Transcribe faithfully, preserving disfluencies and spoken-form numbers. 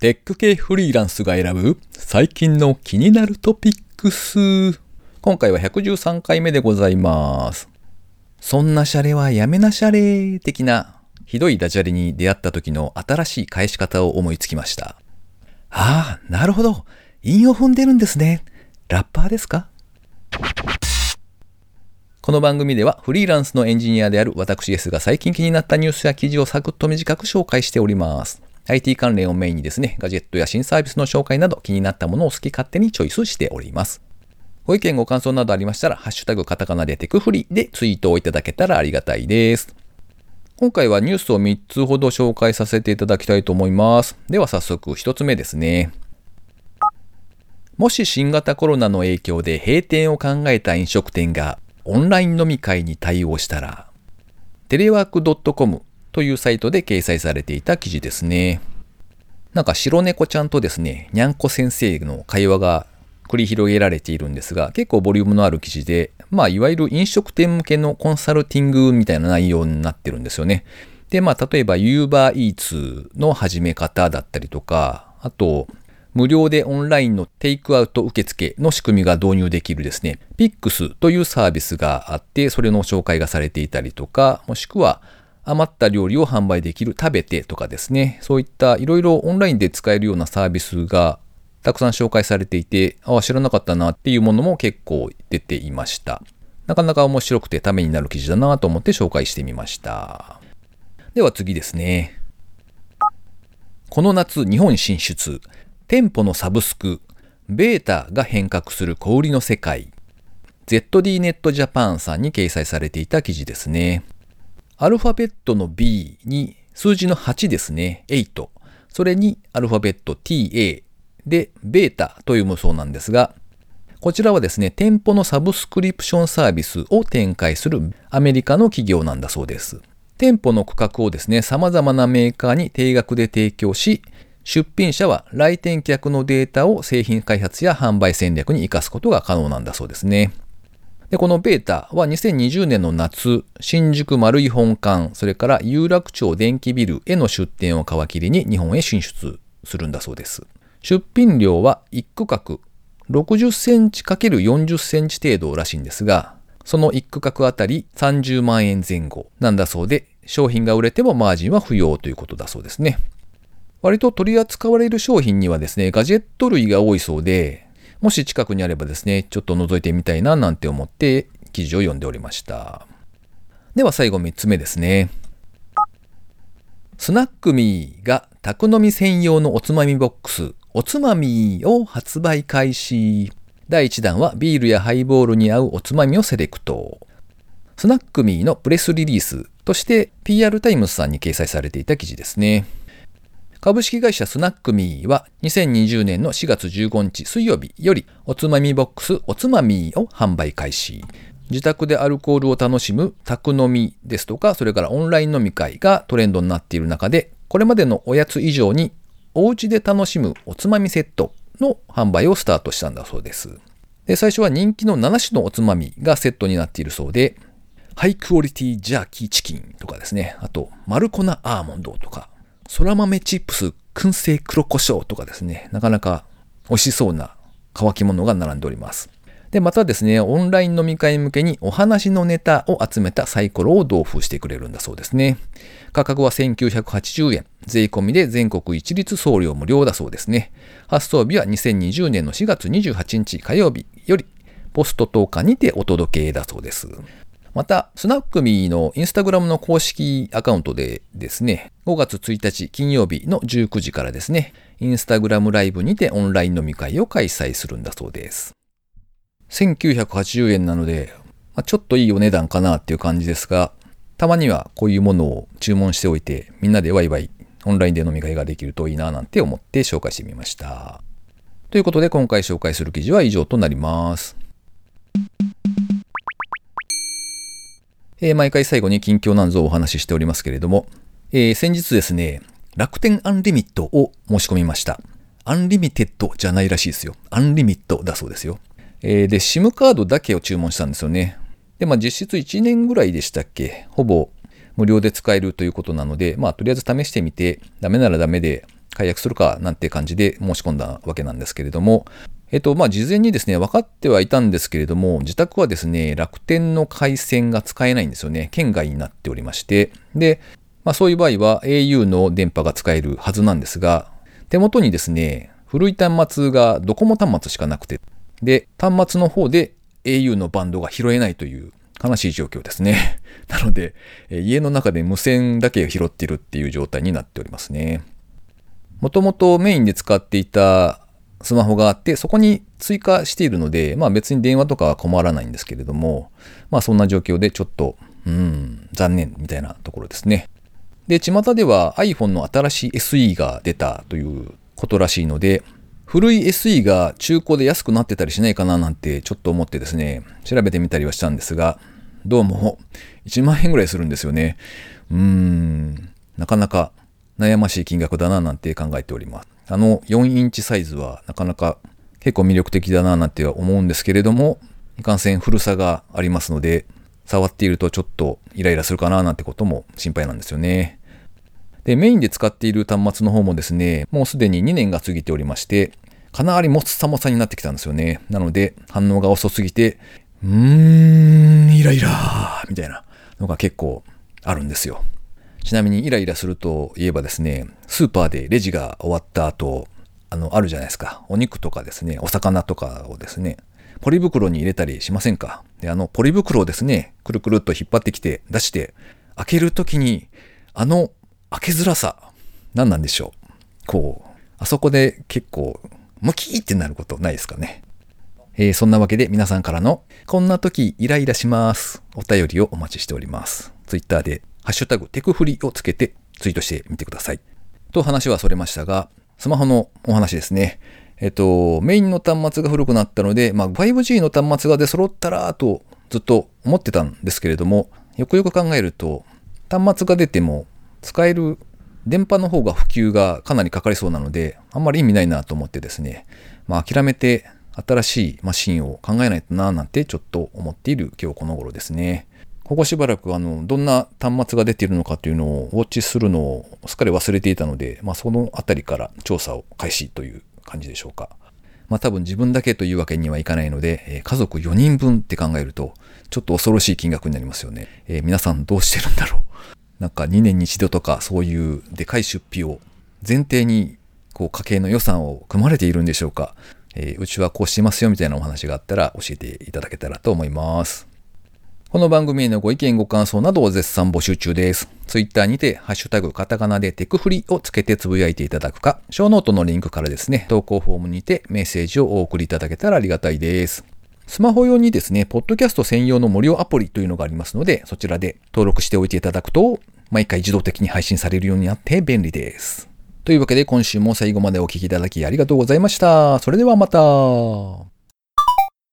テック系フリーランスが選ぶ最近の気になるトピックス。今回はひゃくじゅうさんかいめでございます。そんなシャレはやめなシャレ的なひどいダジャレに出会った時の新しい返し方を思いつきました。ああ、なるほど。韻を踏んでるんですね。ラッパーですか？この番組ではフリーランスのエンジニアである私ですが、最近気になったニュースや記事をサクッと短く紹介しております。アイティー 関連をメインにですね、ガジェットや新サービスの紹介など気になったものを好き勝手にチョイスしております。ご意見ご感想などありましたら、ハッシュタグカタカナでテクフリでツイートをいただけたらありがたいです。今回はニュースをみっつほど紹介させていただきたいと思います。では早速ひとつめですね。もし新型コロナの影響で閉店を考えた飲食店がオンライン飲み会に対応したら、テレワーク .com というサイトで掲載されていた記事ですね。なんか白猫ちゃんとですね、にゃんこ先生の会話が繰り広げられているんですが、結構ボリュームのある記事で、まあいわゆる飲食店向けのコンサルティングみたいな内容になってるんですよね。で、まあ例えば Uber Eats の始め方だったりとか、あと、無料でオンラインのテイクアウト受付の仕組みが導入できるですね、ピックス というサービスがあって、それの紹介がされていたりとか、もしくは余った料理を販売できる食べてとかですね、そういったいろいろオンラインで使えるようなサービスがたくさん紹介されていて、ああ、知らなかったなっていうものも結構出ていました。なかなか面白くてためになる記事だなと思って紹介してみました。では次ですね。この夏日本進出。店舗のサブスク、ベータが変革する小売りの世界。ゼットディー ネットジャパンさんに掲載されていた記事ですね。アルファベットの B に数字のはちですね、はち。それにアルファベット ティーエー でベータというもそうなんですが、こちらはですね、店舗のサブスクリプションサービスを展開するアメリカの企業なんだそうです。店舗の区画をですね、様々なメーカーに定額で提供し、出品者は来店客のデータを製品開発や販売戦略に生かすことが可能なんだそうですね。で、このベータはにせんにじゅうねんの夏、新宿丸井本館、それから有楽町電気ビルへの出店を皮切りに日本へ進出するんだそうです。出品量はいち区画ろくじゅっセンチかけるよんじゅっセンチ程度らしいんですが、そのいち区画あたりさんじゅうまんえんぜん後なんだそうで、商品が売れてもマージンは不要ということだそうですね。割と取り扱われる商品にはですね、ガジェット類が多いそうで、もし近くにあればですね、ちょっと覗いてみたいななんて思って記事を読んでおりました。では最後みっつめですね。スナックミーが宅飲み専用のおつまみボックス、おつまみを発売開始。だいいちだんはビールやハイボールに合うおつまみをセレクト。スナックミーのプレスリリースとして ピーアール タイムズさんに掲載されていた記事ですね。株式会社スナックミーはにせんにじゅうねんのしがつじゅうごにち水曜日よりおつまみボックスおつまみを販売開始。自宅でアルコールを楽しむ宅飲みですとか、それからオンライン飲み会がトレンドになっている中で、これまでのおやつ以上にお家で楽しむおつまみセットの販売をスタートしたんだそうです。で、最初は人気のななしゅのおつまみがセットになっているそうで、ハイクオリティジャーキーチキンとかですね、あとマルコナアーモンドとか、そら豆チップス燻製黒胡椒とかですね、なかなか美味しそうな乾き物が並んでおります。で、またですね、オンライン飲み会向けにお話のネタを集めたサイコロを同封してくれるんだそうですね。価格はせんきゅうひゃくはちじゅうえん、税込みで全国一律送料無料だそうですね。発送日はにせんにじゅうねんのしがつにじゅうはちにち火曜日よりポスト投函にてお届けだそうです。また、スナックミーのインスタグラムの公式アカウントでですね、ごがつついたち金曜日のじゅうくじからですね、インスタグラムライブにてオンライン飲み会を開催するんだそうです。せんきゅうひゃくはちじゅうえんなので、まあ、ちょっといいお値段かなっていう感じですが、たまにはこういうものを注文しておいて、みんなでワイワイオンラインで飲み会ができるといいななんて思って紹介してみました。ということで今回紹介する記事は以上となります。えー、毎回最後に近況なんぞをお話ししておりますけれども、えー、先日ですね、楽天アンリミットを申し込みました。アンリミテッドじゃないらしいですよ。アンリミットだそうですよ。えー、で、SIM カードだけを注文したんですよね。で、まあ実質いちねんぐらいでしたっけ、ほぼ無料で使えるということなので、まあとりあえず試してみて、ダメならダメで解約するかなんて感じで申し込んだわけなんですけれども、えっと、まあ、事前にですね、分かってはいたんですけれども、自宅はですね、楽天の回線が使えないんですよね。圏外になっておりまして、で、まあ、そういう場合は エーユー の電波が使えるはずなんですが、手元にですね、古い端末がドコモ端末しかなくて、で、端末の方で エーユー のバンドが拾えないという悲しい状況ですね。なので、家の中で無線だけ拾っているっていう状態になっておりますね。もともとメインで使っていたスマホがあって、そこに追加しているので、まあ別に電話とかは困らないんですけれども、まあそんな状況でちょっと、うーん、残念みたいなところですね。で、巷では iPhone の新しい エスイー が出たということらしいので、古い エスイー が中古で安くなってたりしないかななんてちょっと思ってですね、調べてみたりはしたんですが、どうもいちまんえんぐらいするんですよね。うーん、なかなか悩ましい金額だななんて考えております。あのよんインチサイズはなかなか結構魅力的だななんて思うんですけれども、いかんせん古さがありますので、触っているとちょっとイライラするかななんてことも心配なんですよね。で、メインで使っている端末の方もですね、もうすでににねんが過ぎておりまして、かなりもっさもさになってきたんですよね。なので、反応が遅すぎて、うーん、イライラーみたいなのが結構あるんですよ。ちなみにイライラするといえばですね、スーパーでレジが終わった後、あの、あるじゃないですか。お肉とかですね、お魚とかをですね、ポリ袋に入れたりしませんか？で、あの、ポリ袋をですね、くるくるっと引っ張ってきて出して、開けるときに、あの、開けづらさ、何なんでしょう。こう、あそこで結構、ムキーってなることないですかね。えー、そんなわけで皆さんからの、こんな時イライラします。お便りをお待ちしております。ツイッターで、ハッシュタグテクフリをつけてツイートしてみてください。と話はそれましたが、スマホのお話ですね。えっと、メインの端末が古くなったので、まあ ファイブジー の端末が出揃ったらとずっと思ってたんですけれども、よくよく考えると、端末が出ても使える電波の方が普及がかなりかかりそうなので、あんまり意味ないなと思ってですね、まあ諦めて新しいマシンを考えないとななんてちょっと思っている今日この頃ですね。ここしばらくあのどんな端末が出ているのかというのをウォッチするのをすっかり忘れていたので、まあ、そのあたりから調査を開始という感じでしょうか。まあ多分自分だけというわけにはいかないので、えー、家族よにんぶんって考えるとちょっと恐ろしい金額になりますよね。えー、皆さんどうしてるんだろう。なんかにねんに一度とかそういうでかい出費を前提にこう家計の予算を組まれているんでしょうか。えー、うちはこうしてますよみたいなお話があったら教えていただけたらと思います。この番組へのご意見ご感想などを絶賛募集中です。ツイッターにてハッシュタグカタカナでテクフリをつけてつぶやいていただくか、ショーノートのリンクからですね、投稿フォームにてメッセージをお送りいただけたらありがたいです。スマホ用にですね、ポッドキャスト専用の無料アプリというのがありますので、そちらで登録しておいていただくと、毎回自動的に配信されるようになって便利です。というわけで今週も最後までお聞きいただきありがとうございました。それではまた。